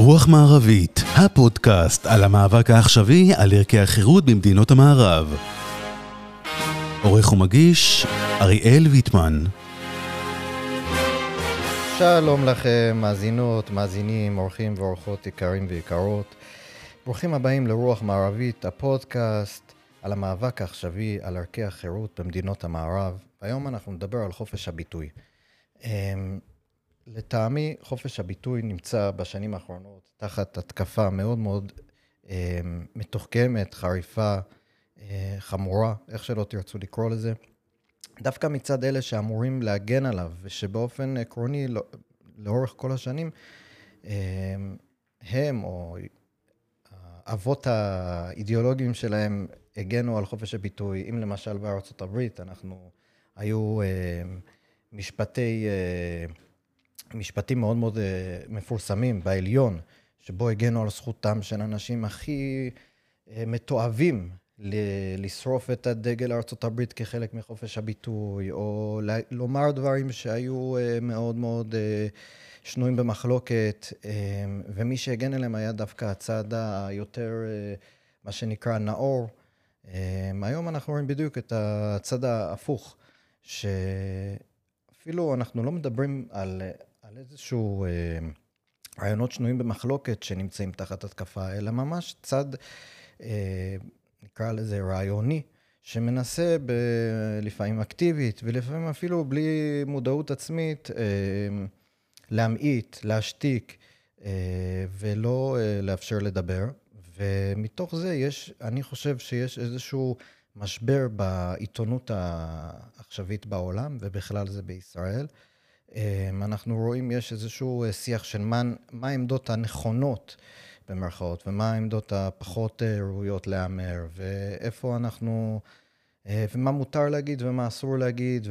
רוח מערבית, הפודקאסט על המאבק העכשווי על ערכי החירות במדינות המערב. עורך ומגיש, אריאל ויטמן. שלום לכם, מאזינות, מאזינים, אורחים ואורחות יקרים ויקרות. ברוכים הבאים לרוח מערבית, הפודקאסט על המאבק העכשווי על ערכי החירות במדינות המערב. והיום אנחנו נדבר על חופש הביטוי. לטעמי, חופש הביטוי נמצא בשנים האחרונות תחת התקפה מאוד מאוד מתוחכמת, חריפה, חמורה, איך שלא תרצו לקרוא לזה. דווקא מצד אלה שאמורים להגן עליו, ושבאופן עקרוני לאורך כל השנים, הם או האבות האידיאולוגיים שלהם הגנו על חופש הביטוי. אם למשל בארצות הברית היו משפטים מאוד מאוד מפורסמים בעליון, שבו הגנו על זכותם של אנשים הכי מתועבים לשרוף את הדגל ארצות הברית כחלק מחופש הביטוי, או לומר דברים שהיו מאוד מאוד שנויים במחלוקת, ומי שהגן עליהם היה דווקא הצד היותר, מה שנקרא, נאור. היום אנחנו רואים בדיוק את הצד ההפוך, שאפילו אנחנו לא מדברים על איזשהו רעיונות שנויים במחלוקת שנמצאים תחת התקפה, אלא ממש צד, נקרא לזה רעיוני, שמנסה לפעמים אקטיבית, ולפעמים אפילו בלי מודעות עצמית, להמעיט, להשתיק, ולא לאפשר לדבר. ומתוך זה אני חושב שיש איזשהו משבר בעיתונות העכשווית בעולם, ובכלל זה בישראל. אנחנו רואים יש איזשהו שיח של מה העמדות הנכונות במרכאות, ומה העמדות הפחות ראויות לאמר, ואיפה ומה מותר להגיד ומה אסור להגיד,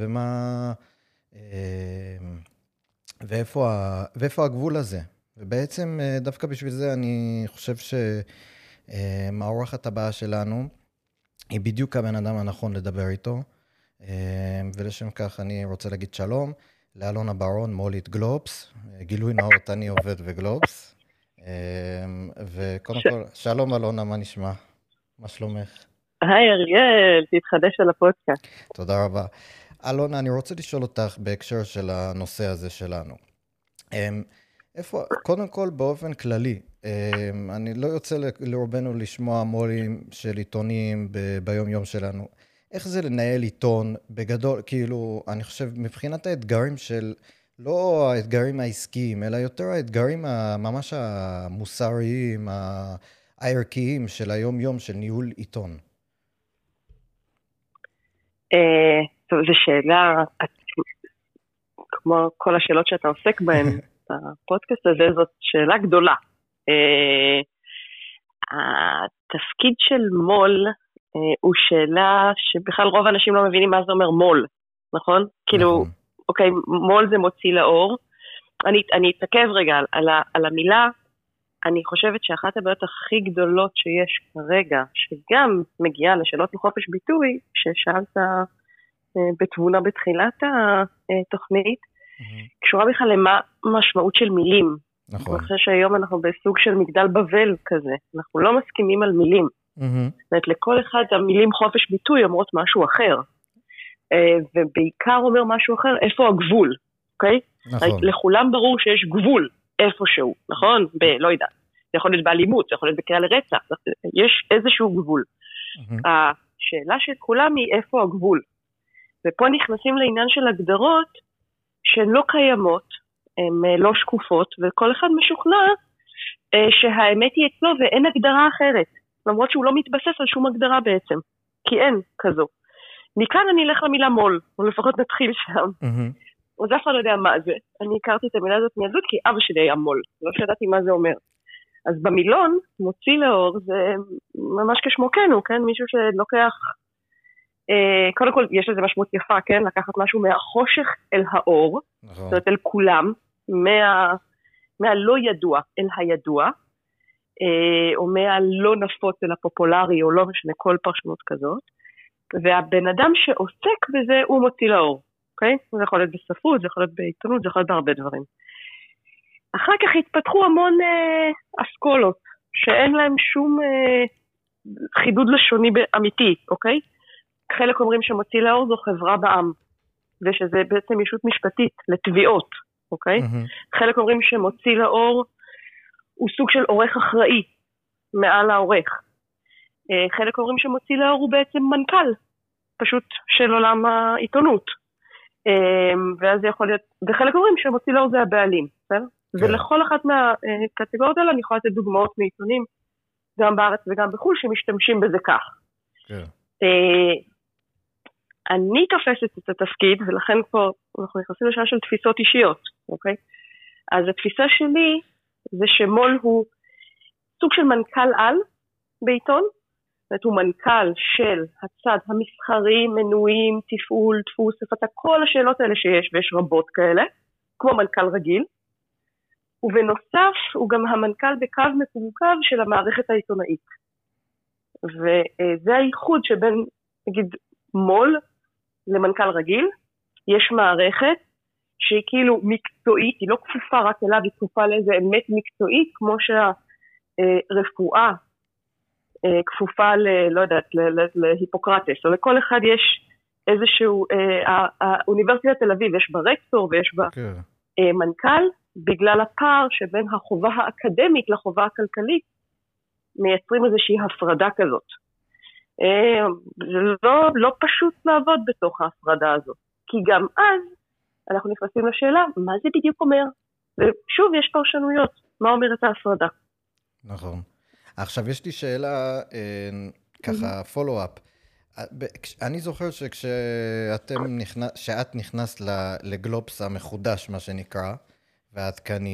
ואיפה הגבול הזה. ובעצם דווקא בשביל זה אני חושב שהאורחת הבאה שלנו היא בדיוק הבן אדם הנכון לדבר איתו, ולשם כך אני רוצה להגיד שלום לאלונה ברון, מולית גלובס. גילוי נאות, אני עובד בגלובס. וקודם כל, שלום אלונה, מה נשמע? מה שלומך? היי אריאל, תתחדש על הפודקאסט. תודה רבה. אלונה, אני רוצה לשאול אותך בהקשר של הנושא הזה שלנו. קודם כל, באופן כללי, אני לא יוצא לרובנו לשמוע מו"לים של עיתונים ביום יום שלנו. איך זה לנהל עיתון בגדול, כאילו, אני חושב, מבחינת האתגרים לא האתגרים העסקיים, אלא יותר האתגרים ממש המוסריים, הערכיים של היום-יום של ניהול עיתון. טוב, זו שאלה, כמו כל השאלות שאתה עוסק בהן, הפודקאסט הזה, זאת שאלה גדולה. התפקיד של מול הוא שאלה שבכלל רוב האנשים לא מבינים מה זה אומר מול, נכון? כאילו, אוקיי, מול זה מוציא לאור. אני אתעכב רגע על המילה. אני חושבת שאחת הבעיות הכי גדולות שיש כרגע, שגם מגיעה לשאלות לחופש ביטוי, ששאלת בתבונה בתחילת התוכנית, קשורה בכלל למה משמעות של מילים. נכון. אני חושב שהיום אנחנו בסוג של מגדל בבל כזה. אנחנו לא מסכימים על מילים. זאת אומרת, לכל אחד המילים חופש ביטוי אומרות משהו אחר. ובעיקר אומר משהו אחר, איפה הגבול, אוקיי? נכון. לכולם ברור שיש גבול איפשהו, נכון? לא יודע. זה יכול להיות באלימות, זה יכול להיות בקריאה לרצח, יש איזשהו גבול. השאלה של כולם היא איפה הגבול. ופה נכנסים לעניין של הגדרות שהן לא קיימות, הן לא שקופות, וכל אחד משוכנע שהאמת היא אצלו ואין הגדרה אחרת. למרות שהוא לא מתבסס על שום הגדרה בעצם, כי אין כזו. מכאן אני אלך למילה מול, או לפחות נתחיל שם. אז אף אחד לא יודע מה זה. אני הכרתי את המילה הזאת מילדות, כי אבא שלי היה מול. לא שידעתי מה זה אומר. אז במילון, מוציא לאור, זה ממש כשמו כן, הוא, כן? מישהו שלוקח, קודם כל, יש לזה משמעות יפה, כן? לקחת משהו מהחושך אל האור, זאת אומרת, אל כולם, מהלא ידוע אל הידוע, או מהלא נפוץ אל הפופולרי, או לא משנה, כל פרשנות כזאת. והבן אדם שעוסק בזה, הוא מוציא לאור. אוקיי? זה יכול להיות בספרות, זה יכול להיות בעיתונות, זה יכול להיות בהרבה דברים. אחר כך התפתחו המון אסכולות, שאין להם שום חידוד לשוני אמיתי, אוקיי? חלק אומרים שמוציא לאור זו חברה בעם, ושזה בעצם ישות משפטית לתביעות, אוקיי? חלק אומרים שמוציא לאור הוא סוג של עורך אחראי מעל העורך. חלק אומרים שמוציא לאור הוא בעצם מנכ"ל, פשוט של עולם העיתונות. ואז זה יכול להיות, וחלק אומרים שמוציא לאור זה הבעלים, בסדר? ולכל אחת מהקטגוריות האלה אני יכולה לתת דוגמאות מעיתונים, גם בארץ וגם בחו"ל, שמשתמשים בזה כך. אני תופסת את התפקיד, ולכן פה אנחנו נכנסים לשאלה של תפיסות אישיות, אוקיי? אז התפיסה שלי זה שמול הוא סוג של מנכ"ל על בעיתון, זאת אומרת הוא מנכ"ל של הצד המסחרי, מנויים, תפעול, דפוס, הפצה, כל השאלות האלה שיש, ויש רבות כאלה, כמו מנכ"ל רגיל, ובנוסף הוא גם המנכ"ל בקו מקווקו של המערכת העיתונאית. וזה הייחוד שבין, נגיד, מול למנכ"ל רגיל, יש מערכת שהיא כאילו מקצועית, היא לא כפופה רק אליו, היא כפופה לאיזה אמת מקצועית, כמו שהרפואה כפופה לא יודעת, להיפוקרטס, או לכל אחד יש איזשהו, האוניברסיטת תל אביב, יש בה רקטור ויש בה מנכ"ל, בגלל הפער שבין החובה האקדמית לחובה הכלכלית, מייצרים איזושהי הפרדה כזאת. זה לא פשוט לעבוד בתוך ההפרדה הזאת, כי גם אז אנחנו נכנסים לשאלה, מה זה בדיוק אומר? ושוב, יש פרשנויות, מה אומרת ההפרדה? נכון. עכשיו, יש לי שאלה, ככה, פולו-אפ. אני זוכר שאת נכנסת לגלובס המחודש, מה שנקרא, והעדכני,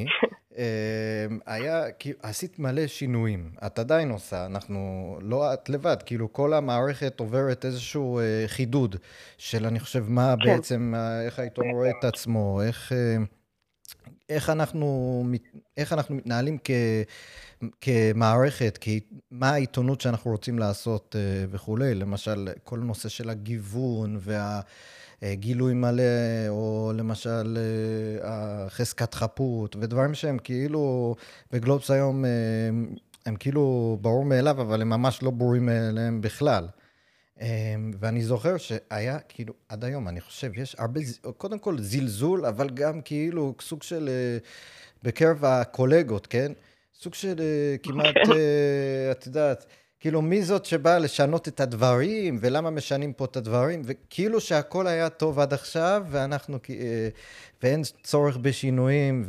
עשית מלא שינויים. את עדיין עושה, לא את לבד, כאילו כל המערכת עוברת איזשהו חידוד של, אני חושב, מה בעצם, איך העיתון רואה את עצמו, איך אנחנו מתנהלים כמערכת, מה העיתונות שאנחנו רוצים לעשות וכו'. למשל, כל נושא של הגיוון והגילוי מלא, או למשל חזקת חפות, ודברים שהם כאילו, בגלובס היום הם כאילו ברור מאליו, אבל הם ממש לא ברורים מאליהם בכלל. ואני זוכר שהיה כאילו עד היום, אני חושב, יש הרבה, קודם כל זלזול, אבל גם כאילו סוג של, בקרב הקולגות, כן? סוג של כמעט, את יודעת, כאילו מי זאת שבאה לשנות את הדברים, ולמה משנים פה את הדברים, וכאילו שהכל היה טוב עד עכשיו, ואין צורך בשינויים,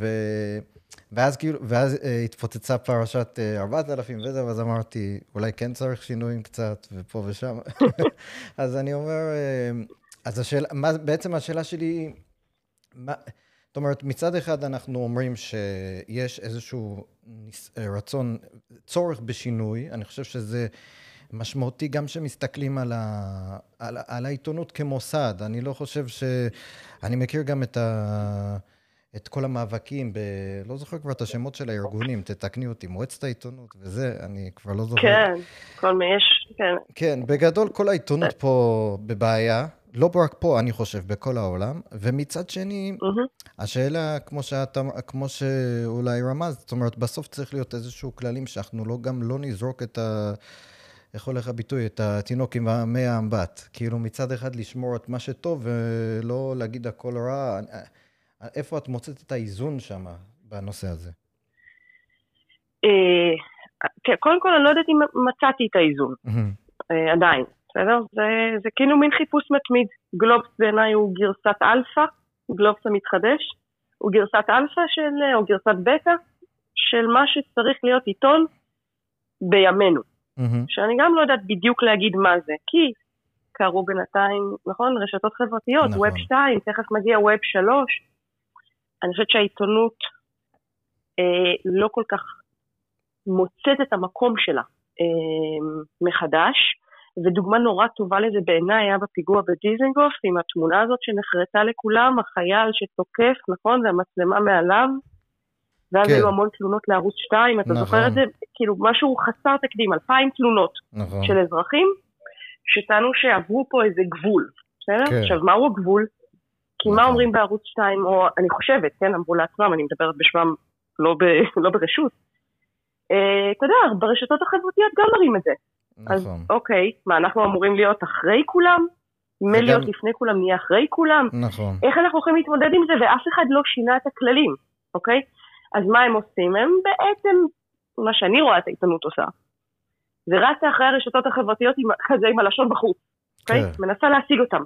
ואז התפוצצה פרשת 4,000 וזה, ואז אמרתי, אולי כן צריך שינויים קצת, ופה ושם. אז אני אומר, בעצם השאלה שלי, זאת אומרת, מצד אחד אנחנו אומרים שיש איזשהו רצון, צורך בשינוי, אני חושב שזה משמעותי גם שמסתכלים על העיתונות כמוסד, אני לא חושב אני מכיר גם את כל המאבקים, לא זוכר כבר את השמות של הארגונים, תתקני אותי, מועצת העיתונות וזה, אני כבר לא זוכר. כן, כל מי יש, כן. כן, בגדול כל העיתונות פה בבעיה, לא רק פה, אני חושב, בכל העולם, ומצד שני, השאלה, כמו שאולי רמז, זאת אומרת, בסוף צריך להיות איזשהו כללים שאנחנו גם לא נזרוק איך הולך הביטוי, את התינוק עם מי האמבט, כאילו מצד אחד לשמור את מה שטוב, ולא להגיד הכל רע. איפה את מוצאת את האיזון שם, בנושא הזה? קודם כל, אני לא יודעת אם מצאתי את האיזון, עדיין. בסדר? זה כאילו מין חיפוש מתמיד. גלובס בעיניי הוא גרסת אלפא, גלובס המתחדש, הוא גרסת אלפא או גרסת בטא, של מה שצריך להיות עיתון בימינו. שאני גם לא יודעת בדיוק להגיד מה זה, כי קראו בינתיים, נכון? רשתות חברתיות, ווב 2, תכף מגיע ווב 3. אני חושבת שהעיתונות לא כל כך מוצאת את המקום שלה מחדש, ודוגמה נורא טובה לזה בעיניי היה בפיגוע בדיזנגוף, עם התמונה הזאת שנחרטה לכולם, החייל שתוקף, נכון, והמצלמה מעליו, ואז היו המון תלונות לערוץ 2, אתה זוכר את זה? כאילו משהו חסר תקדים, 2,000 תלונות של אזרחים, שטענו שעברו פה איזה גבול, בסדר? עכשיו, מהו הגבול? כי מה אומרים בערוץ 2, או אני חושבת, כן, אמרו לעצמם, אני מדברת בשמם לא ברשות. אתה יודע, ברשתות החברתיות גם מראים את זה. נכון. אז אוקיי, מה, אנחנו אמורים להיות אחרי כולם? להיות לפני כולם, נהיה אחרי כולם? נכון. איך אנחנו יכולים להתמודד עם זה? ואף אחד לא שינה את הכללים, אוקיי? אז מה הם עושים? הם בעצם, מה שאני רואה את העיתונות עושה, זה רצה אחרי הרשתות החברתיות כזה עם הלשון בחוץ, אוקיי? מנסה להשיג אותם.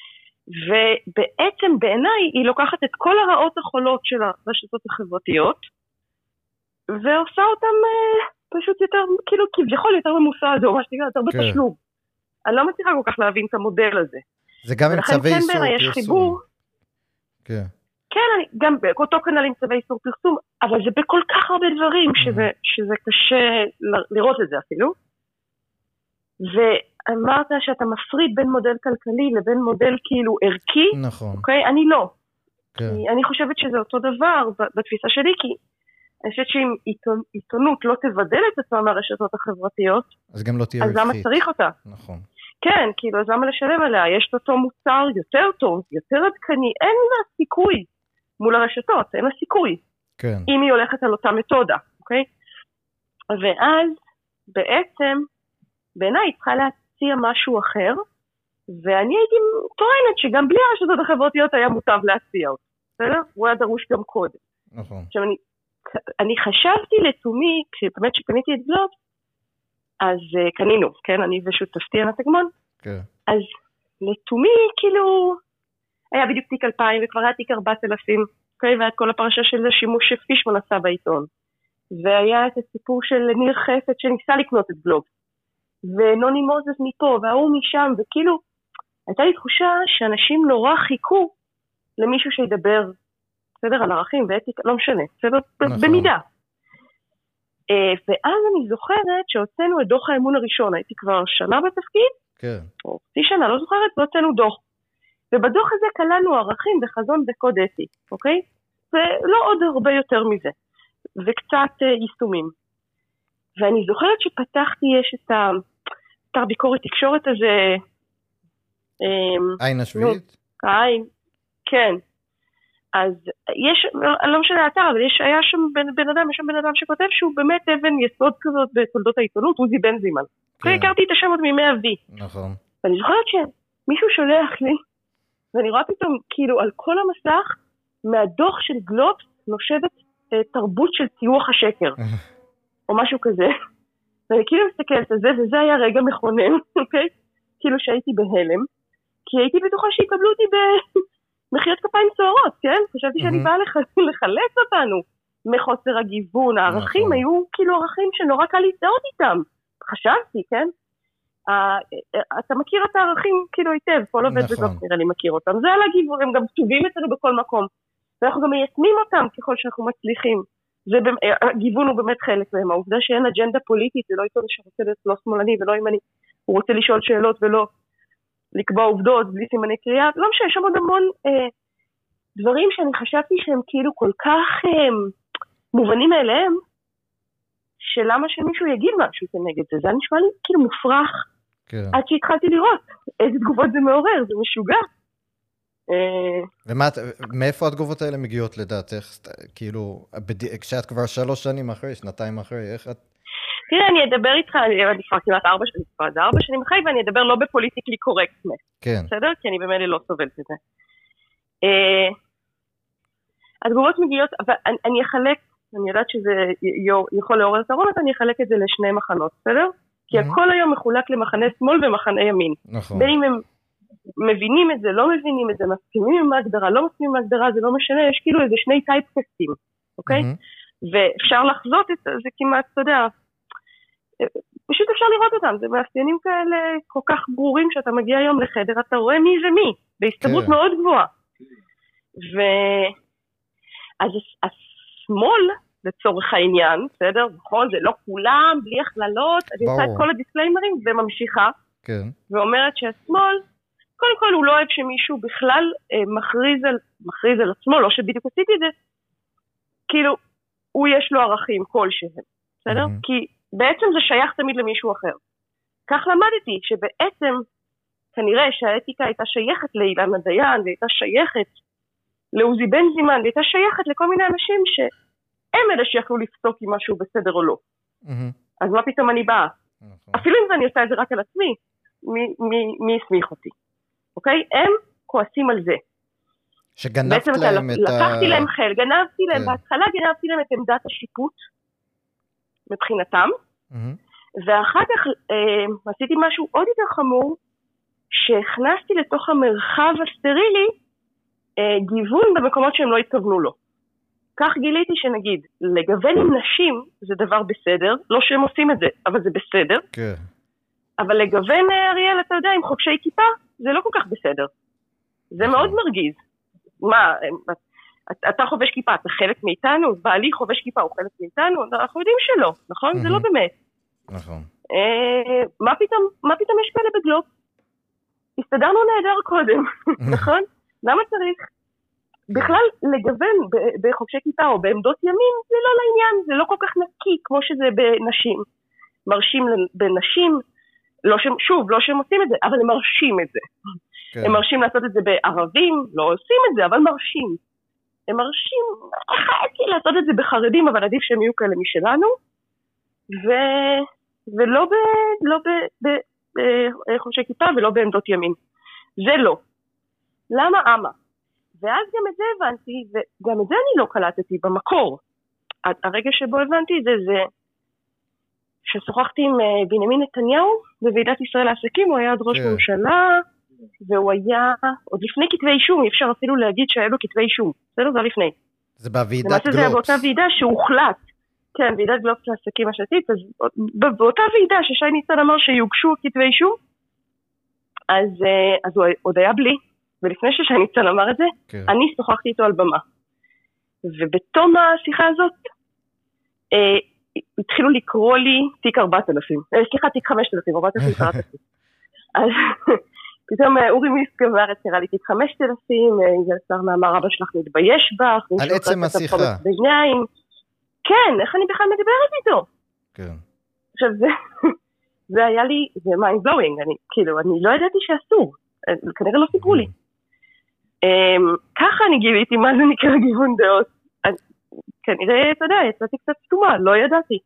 ובעצם בעיניי היא לוקחת את כל הרעות החולות של הרשתות החברתיות, ועושה אותם פשוט יותר, כאילו כביכול יותר ממוסד, או מה שתגיד, יותר בתשלום. אני לא מצליחה כל כך להבין את המודל הזה. זה גם עם צווי איסור פרסום. כן, גם אותו כנל עם צווי איסור פרסום, אבל זה בכל כך הרבה דברים שזה קשה לראות את זה אפילו. ואמרת שאתה מפריד בין מודל כלכלי לבין מודל כאילו ערכי. נכון. אוקיי? אני לא. אני חושבת שזה אותו דבר בתפיסה שלי, כי אני חושבת שאם עיתונות לא תבדל את עצמה מהרשתות החברתיות, אז גם לא תהיה רווחית. אז למה צריך אותה? נכון. כן, כאילו, אז למה לשלם עליה? יש אותו מוצר יותר טוב, יותר עדכני, אין לה סיכוי מול הרשתות, אין לה סיכוי. כן. אם היא הולכת על אותה מתודה, אוקיי? ואז בעצם, בעיניי היא צריכה להציע משהו אחר, ואני הייתי טוענת שגם בלי הרשתות החברתיות היה מוטב להציע אותו, בסדר? הוא היה דרוש גם קודם. נכון. עכשיו, אני חשבתי לתומי, כשבאמת שקניתי את גלובס, אז קנינו, כן, אני ושותפתי ענת אגמון. כן. אז לתומי, כאילו, היה בדיוק תיק 2000, וכבר היה תיק 4000, אוקיי, והיה את כל הפרשה של השימוש שפישמן עשה בעיתון. והיה את הסיפור של ניר חפץ שניסה לקנות את גלובס. ונוני מוזס מפה, והוא משם, וכאילו, הייתה לי תחושה שאנשים נורא חיכו למישהו שידבר, בסדר, על ערכים ואתיקה, לא משנה, בסדר, במידה. ואז אני זוכרת שהוצאנו את דוח האמון הראשון, הייתי כבר שנה בתפקיד, כן. או חצי שנה, לא זוכרת, והוצאנו דוח. ובדוח הזה כללנו ערכים וחזון וקוד אתי, אוקיי? ולא עוד הרבה יותר מזה, וקצת יישומי. ואני זוכרת שפתחתי, יש את האתר ביקורת תקשורת הזה, עין השביעית? כן. אז יש, לא משנה האתר, אבל היה שם בן אדם שכותב שהוא באמת אבן יסוד כזאת בתולדות העיתונות, עוזי בנזימן. הכרתי את השם עוד מימי אבי. נכון. ואני זוכרת שמישהו שולח לי, ואני רואה פתאום כאילו על כל המסך, מהדוח של גלובס נושבת תרבות של טיוח השקר, או משהו כזה. ואני כאילו מסתכלת על זה, וזה היה רגע מכונן, אוקיי? כאילו שהייתי בהלם, כי הייתי בטוחה שיקבלו אותי מחיית כפיים צהורות, כן? חשבתי שאני באה לחלץ אותנו מחוסר הגיוון. הערכים היו כאילו ערכים שנורא קל להזדהות איתם. חשבתי, כן? אתה מכיר את הערכים כאילו היטב, כל עובד בזאת נראה לי מכיר אותם. זה על הגיוון, הם גם כתובים אצלנו בכל מקום. ואנחנו גם מיישמים אותם ככל שאנחנו מצליחים. הגיוון הוא באמת חלק מהם. העובדה שאין אג'נדה פוליטית, זה לא עיתון שרוצה להיות לא שמאלני ולא ימני. הוא רוצה לשאול שאלות ולא לקבוע עובדות בלי סימני קריאה. לא משנה, יש שם עוד המון דברים שאני חשבתי שהם כאילו כל כך מובנים מאליהם, שלמה שמישהו יגיד משהו כנגד זה. זה נשמע לי כאילו מופרך, עד שהתחלתי לראות איזה תגובות זה מעורר, זה משוגע. ומאיפה התגובות האלה מגיעות לדעתך? כאילו, כשאת כבר 3 שנים אחרי, 2 אחרי, איך את... תראה, אני אדבר איתך, אני כבר כמעט 4 שנים, זה 4 שנים אחרי, ואני אדבר לא בפוליטיקלי קורקטנס. כן. בסדר? כי אני באמת לא סובלת את זה. התגובות מגיעות, אבל אני אחלק, אני יודעת שזה יכול לעורר את הרונות, אני אחלק את זה לשני מחנות, בסדר? כי הכל היום מחולק למחנה שמאל ומחנה ימין. נכון. בין אם הם מבינים את זה, לא מבינים את זה, מסכימים עם ההגדרה, לא מסכימים עם ההגדרה, זה לא משנה, יש כאילו איזה 2 טייפקסטים, אוקיי? ואפשר לחזות את זה כמעט, אתה יודע, פשוט אפשר לראות אותם, זה מאפיינים כאלה כל כך ברורים שאתה מגיע היום לחדר, אתה רואה מי זה מי, בהסתברות מאוד גבוהה. אז השמאל, לצורך העניין, בסדר? נכון, זה לא כולם, בלי הכללות, אני עושה את כל הדיסקליימרים וממשיכה, ואומרת שהשמאל, קודם כל הוא לא אוהב שמישהו בכלל מכריז על עצמו, לא שבדיוק עשיתי את זה, כאילו, הוא יש לו ערכים כלשהם, בסדר? כי בעצם זה שייך תמיד למישהו אחר. כך למדתי שבעצם כנראה שהאתיקה הייתה שייכת לאילנה דיין, והייתה שייכת לעוזי בנזימן, והייתה שייכת לכל מיני אנשים הם אלה שיכלו לפסוק אם משהו בסדר או לא. אז מה פתאום אני באה? אפילו אם אני עושה את זה רק על עצמי, מי הסמיך אותי? אוקיי? הם כועסים על זה. שגנבת להם את לקחתי להם חל, גנבתי להם, בהתחלה גנבתי להם את עמדת השיפוט, מבחינתם, ואחר כך עשיתי משהו עוד יותר חמור, שהכנסתי לתוך המרחב הסטרילי, גיוון במקומות שהם לא התכוונו לו. כך גיליתי שנגיד, לגוון עם נשים זה דבר בסדר, לא שהם עושים את זה, אבל זה בסדר. כן. אבל לגוון, אריאל, אתה יודע, עם חובשי כיפה, זה לא כל כך בסדר. זה מאוד מרגיז. מה, אתה חובש כיפה, אתה חלק מאיתנו, בעלי חובש כיפה, הוא חלק מאיתנו, אנחנו יודעים שלא, נכון? זה לא באמת. נכון. מה פתאום יש כאלה בגלוב? הסתדרנו נהדר קודם, נכון? למה צריך? בכלל לגוון בחובשי כיפה או בעמדות ימין, זה לא לעניין, זה לא כל כך נקי כמו שזה בנשים. מרשים בנשים, שוב, לא שהם עושים את זה, אבל הם מרשים את זה. כן. הם מרשים לעשות את זה בערבים, לא עושים את זה, אבל מרשים. הם מרשים, חייתי לעשות את זה בחרדים, אבל עדיף שהם יהיו כאלה משלנו, ולא בחובשי כיפה ולא בעמדות ימין. זה לא. למה אמה? ואז גם את זה הבנתי, וגם את זה אני לא קלטתי במקור. הרגע שבו הבנתי זה ששוחחתי עם בנימין נתניהו בוועידת ישראל לעסקים, הוא היה עד ראש ממשלה, והוא היה, עוד לפני כתבי אישום, אפשר אפילו להגיד שהיה לו כתבי אישום. זה לא, זה לפני. זה בוועידת גלובס. זה היה באותה ועידה שהוחלט. כן, ועידת גלובס לעסקים השנתית, אז באותה ועידה ששי ניצן אמר שיוגשו כתבי אישום, אז הוא עוד היה בלי. ולפני ששי ניצן אמר את זה, אני שוחחתי איתו על במה. ובתום השיחה הזאת, התחילו לקרוא לי תיק 4,000. סליחה, תיק 5,000, 4,000 קראתי. אז פתאום אורי מיסקבר קרא לי תיק 5,000, יגאל סער מאמר, אבא שלך מתבייש בך. על עצם השיחה. כן, איך אני בכלל מדברת איתו? כן. עכשיו זה היה לי, זה mind blowing, אני לא ידעתי שאסור, כנראה לא סיפרו לי. ככה אני גיליתי מה זה נקרא גיוון דעות. כנראה, אתה יודע, יצאתי קצת סתומה, לא ידעתי.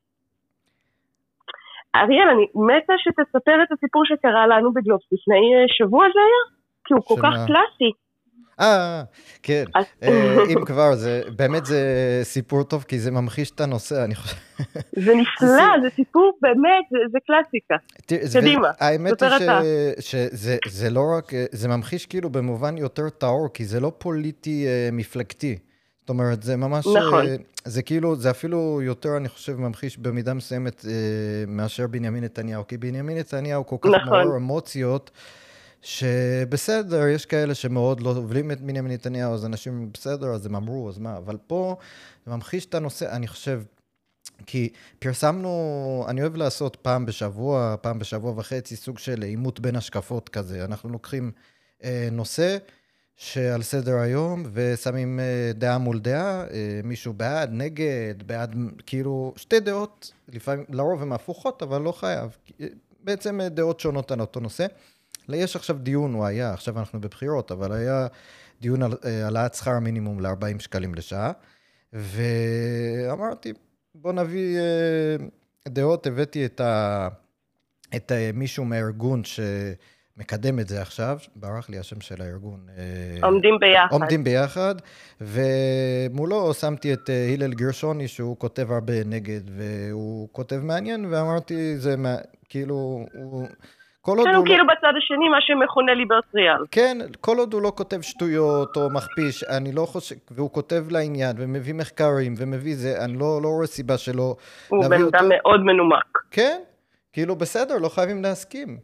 אריאל, אני מתה שתספר את הסיפור שקרה לנו בגלובס לפני שבוע זה היה, כי הוא כל כך קלאסי. כן, אם כבר, באמת זה סיפור טוב, כי זה ממחיש את הנושא, אני חושב. זה נפלא, זה סיפור באמת, זה קלאסיקה. קדימה, האמת היא שזה לא רק, זה ממחיש כאילו במובן יותר טהור, כי זה לא פוליטי מפלגתי. זאת אומרת, זה ממש, זה כאילו, זה אפילו יותר, אני חושב, ממחיש במידה מסוימת מאשר בנימין נתניהו, כי בנימין נתניהו כל כך מעורר אמוציות, שבסדר, יש כאלה שמאוד לא עובלים את בנימין נתניהו, אז אנשים בסדר, אז הם אמרו, אז מה? אבל פה זה ממחיש את הנושא, אני חושב, כי פרסמנו, אני אוהב לעשות פעם בשבוע וחצי, סוג של אימות בין השקפות כזה. אנחנו לוקחים נושא שעל סדר היום, ושמים דעה מול דעה, מישהו בעד, נגד, בעד, כאילו, שתי דעות, לפעמים, לרוב הן הפוכות, אבל לא חייב. בעצם דעות שונות על אותו נושא. יש עכשיו דיון, הוא היה, עכשיו אנחנו בבחירות, אבל היה דיון על העלאת שכר המינימום ל-40 שקלים לשעה, ואמרתי, בוא נביא דעות, הבאתי את מישהו מהארגון שמקדם את זה עכשיו, ברח לי השם של הארגון. עומדים ביחד, ומולו שמתי את הלל גרשוני, שהוא כותב הרבה נגד, והוא כותב מעניין, ואמרתי, זה כאילו, הוא כאילו בצד השני מה שמכונה ליברטריאל. כן, כל עוד הוא לא כותב שטויות או מכפיש, אני לא חושב, והוא כותב לעניין ומביא מחקרים ומביא זה, אני לא רואה סיבה שלא הוא בן אדם מאוד מנומק. כן, כאילו בסדר, לא חייבים להסכים.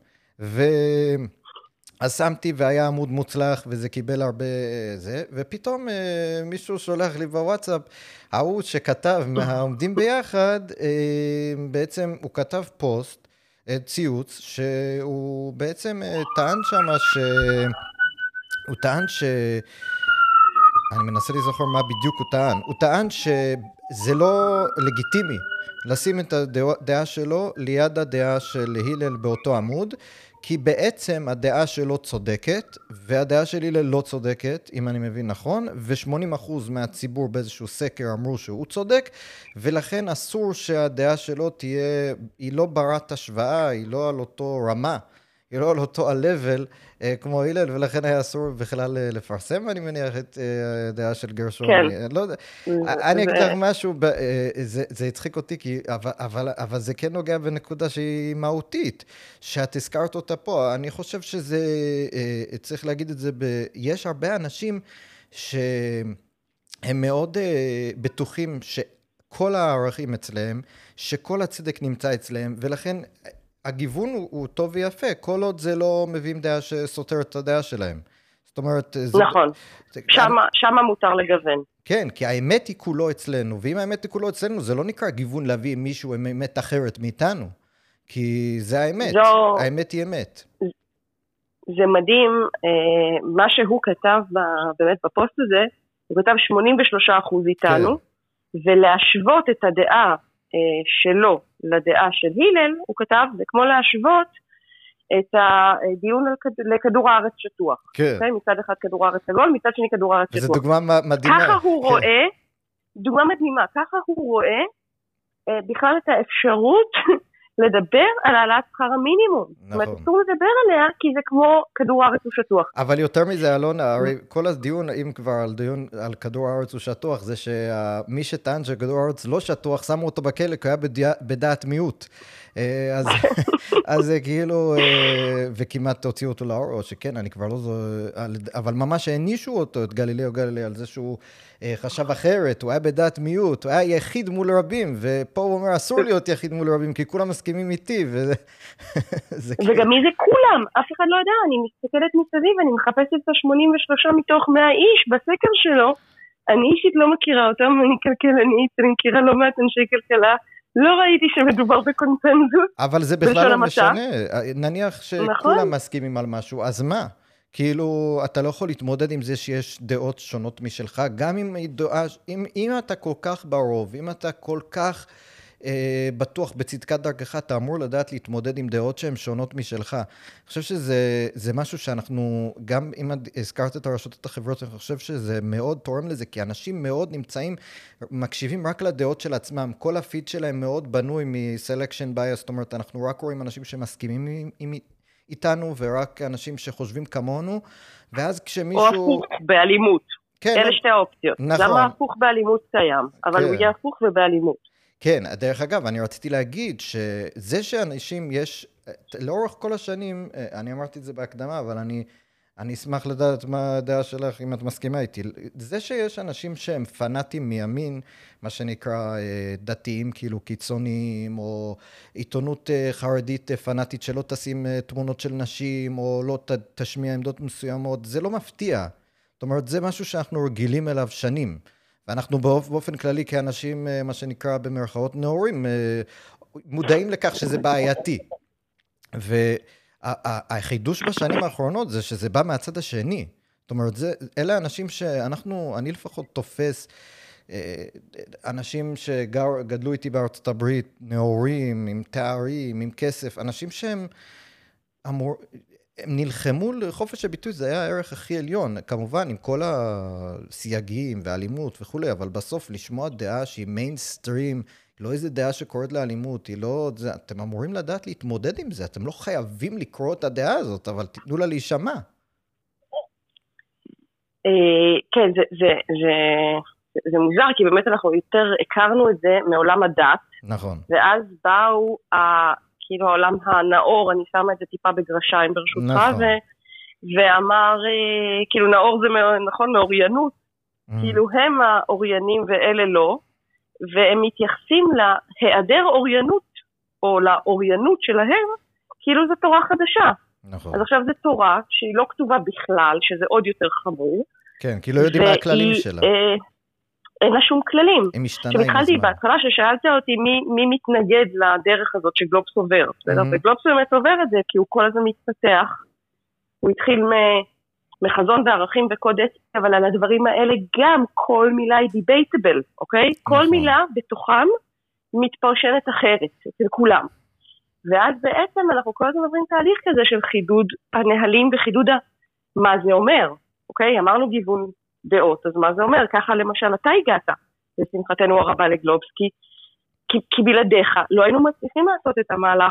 אז שמתי והיה עמוד מוצלח וזה קיבל הרבה זה, ופתאום מישהו שולח לי בוואטסאפ, ההוא שכתב מהעומדים ביחד, בעצם הוא כתב פוסט, ציוץ, שהוא בעצם טען שם הוא טען אני מנסה לזכור מה בדיוק הוא טען. הוא טען שזה לא לגיטימי לשים את הדעה שלו ליד הדעה של הלל באותו עמוד, כי בעצם הדעה שלו צודקת, והדעה של הלל לא צודקת, אם אני מבין נכון, ו80% מהציבור באיזשהו סקר אמרו שהוא צודק, ולכן אסור שהדעה שלו תהיה, היא לא ברת השוואה, היא לא על אותו רמה, היא לא על אותו ה-level כמו הלל, ולכן היה אסור בכלל לפרסם, אני מניח, את הדעה של גרשוני. כן. לא יודע, אני אגיד לך משהו, זה הצחיק אותי, אבל זה כן נוגע בנקודה שהיא מהותית, שאת הזכרת אותה פה. אני חושב שזה, צריך להגיד את זה, יש הרבה אנשים שהם מאוד בטוחים שכל הערכים אצלהם, שכל הצדק נמצא אצלהם, ולכן הגיוון הוא טוב ויפה, כל עוד זה לא מביאים דעה שסותר את הדעה שלהם. זאת אומרת... נכון, שמה מותר לגוון. כן, כי האמת היא כולו אצלנו, ואם האמת היא כולו אצלנו, זה לא נקרא גיוון להביא מישהו עם אמת אחרת מאיתנו, כי זה האמת, האמת היא אמת. זה מדהים, מה שהוא כתב באמת בפוסט הזה, הוא כתב 83% איתנו, ולהשוות את הדעה שלו לדעה של הלל, הוא כתב, זה כמו להשוות את הדיון לכדור הארץ שטוח. כן. מצד אחד כדור הארץ עגול, מצד שני כדור הארץ שטוח. וזו דוגמה מדהימה. ככה הוא רואה, דוגמה מדהימה, ככה הוא רואה בכלל את האפשרות לדבר על העלאת שכר המינימום. זאת אומרת, אסור לדבר עליה, כי זה כמו כדור הארץ הוא שטוח. אבל יותר מזה, אלונה, הרי כל הדיון, אם כבר על דיון על כדור הארץ הוא שטוח, זה שמי שטען שכדור הארץ לא שטוח, שמו אותו בכלא, כי היה בדעת מיעוט. אז זה כאילו, וכמעט הוציאו אותו לאור, או שכן, אני כבר לא זו, אבל ממש הענישו אותו, את גלילאו גלילי, על זה שהוא חשב אחרת, הוא היה בדעת מיעוט, הוא היה יחיד מול רבים, ופה הוא אומר, אסור להיות יחיד מול רבים, כי כולם מסכימים איתי, וגם מי זה כולם? אף אחד לא יודע, אני מסתכלת מסביב, אני מחפשת את ה-83 מתוך 100 איש בסקר שלו, אני אישית לא מכירה אותם, אני כלכלנית, אני מכירה לא מעט אנשי כלכלה, לא ראיתי שמדובר בקונצנזוס. אבל זה בכלל לא משנה, נניח שכולם מסכימים על משהו, אז מה? כאילו, אתה לא יכול להתמודד עם זה שיש דעות שונות משלך, גם אם אתה כל כך ברוב, אם אתה כל כך בטוח בצדקת דרכך, אתה אמור לדעת להתמודד עם דעות שהן שונות משלך. אני חושב שזה משהו שאנחנו, גם אם הזכרת את הרשתות החברתיות, אני חושב שזה מאוד תורם לזה, כי אנשים מאוד נמצאים, מקשיבים רק לדעות של עצמם, כל הפיד שלהם מאוד בנוי מ-selection bias, זאת אומרת, אנחנו רק רואים אנשים שמסכימים איתנו, ורק אנשים שחושבים כמונו, ואז כשמישהו... או הפוך באלימות. כן, אלה שתי האופציות. נכון. למה הפוך באלימות קיים, אבל הוא יהיה הפוך ובאלימות. כן, דרך אגב, אני רציתי להגיד שזה שאנשים יש, לאורך כל השנים, אני אמרתי את זה בהקדמה, אבל אני אשמח לדעת מה הדעה שלך, אם את מסכימה איתי. זה שיש אנשים שהם פנאטים מימין, מה שנקרא דתיים, כאילו קיצוניים, או עיתונות חרדית פנאטית שלא תשים תמונות של נשים, או לא תשמיע עמדות מסוימות, זה לא מפתיע. זאת אומרת, זה משהו שאנחנו רגילים אליו שנים. ואנחנו באופן כללי כאנשים, מה שנקרא במרכאות נאורים, מודעים לכך שזה בעייתי. והחידוש בשנים האחרונות זה שזה בא מהצד השני. זאת אומרת, אלה אנשים אני לפחות תופס, אנשים שגדלו איתי בארצות הברית, נאורים, עם תארים, עם כסף, אנשים שהם הם נלחמו לחופש הביטוי, זה היה הערך הכי עליון, כמובן עם כל הסייגים והאלימות וכו', אבל בסוף לשמוע דעה שהיא מיינסטרים, לא איזה דעה שקוראת לאלימות, היא לא, אתם אמורים לדעת להתמודד עם זה, אתם לא חייבים לקרוא את הדעה הזאת, אבל תתנו לה להישמע. כן, זה מוזר, כי באמת אנחנו יותר הכרנו את זה מעולם הדת. נכון. ואז באו כאילו העולם הנאור, אני שמה את זה טיפה בגרשיים ברשותך, נכון. ואמר, כאילו נאור זה נכון, מאוריינות, כאילו הם האוריינים ואלה לא, והם מתייחסים להיעדר אוריינות, או לאוריינות שלהם, כאילו זו תורה חדשה. נכון. אז עכשיו זו תורה שהיא לא כתובה בכלל, שזה עוד יותר חמור. כן, כי לא יודעים מה הכללים שלה. אין לה שום כללים. היא משתנה עם הזמן. כשהתחלתי בהתחלה ששאלת אותי מי מתנגד לדרך הזאת שגלובס עובר. וגלובס באמת עובר את זה, כי הוא כל הזמן מתפתח. הוא התחיל מחזון וערכים וקוד אתיקה, אבל על הדברים האלה גם כל מילה היא דיבייטבל, אוקיי? כל מילה בתוכם מתפרשנת אחרת אצל כולם. ואז בעצם אנחנו כל הזמן עוברים תהליך כזה של חידוד הנהלים וחידוד מה זה אומר, אוקיי? אמרנו גיוון דעות, אז מה זה אומר? ככה למשל אתה הגעת, לשמחתנו הרבה לגלובס, כי בלעדיך לא היינו מצליחים לעשות את המהלך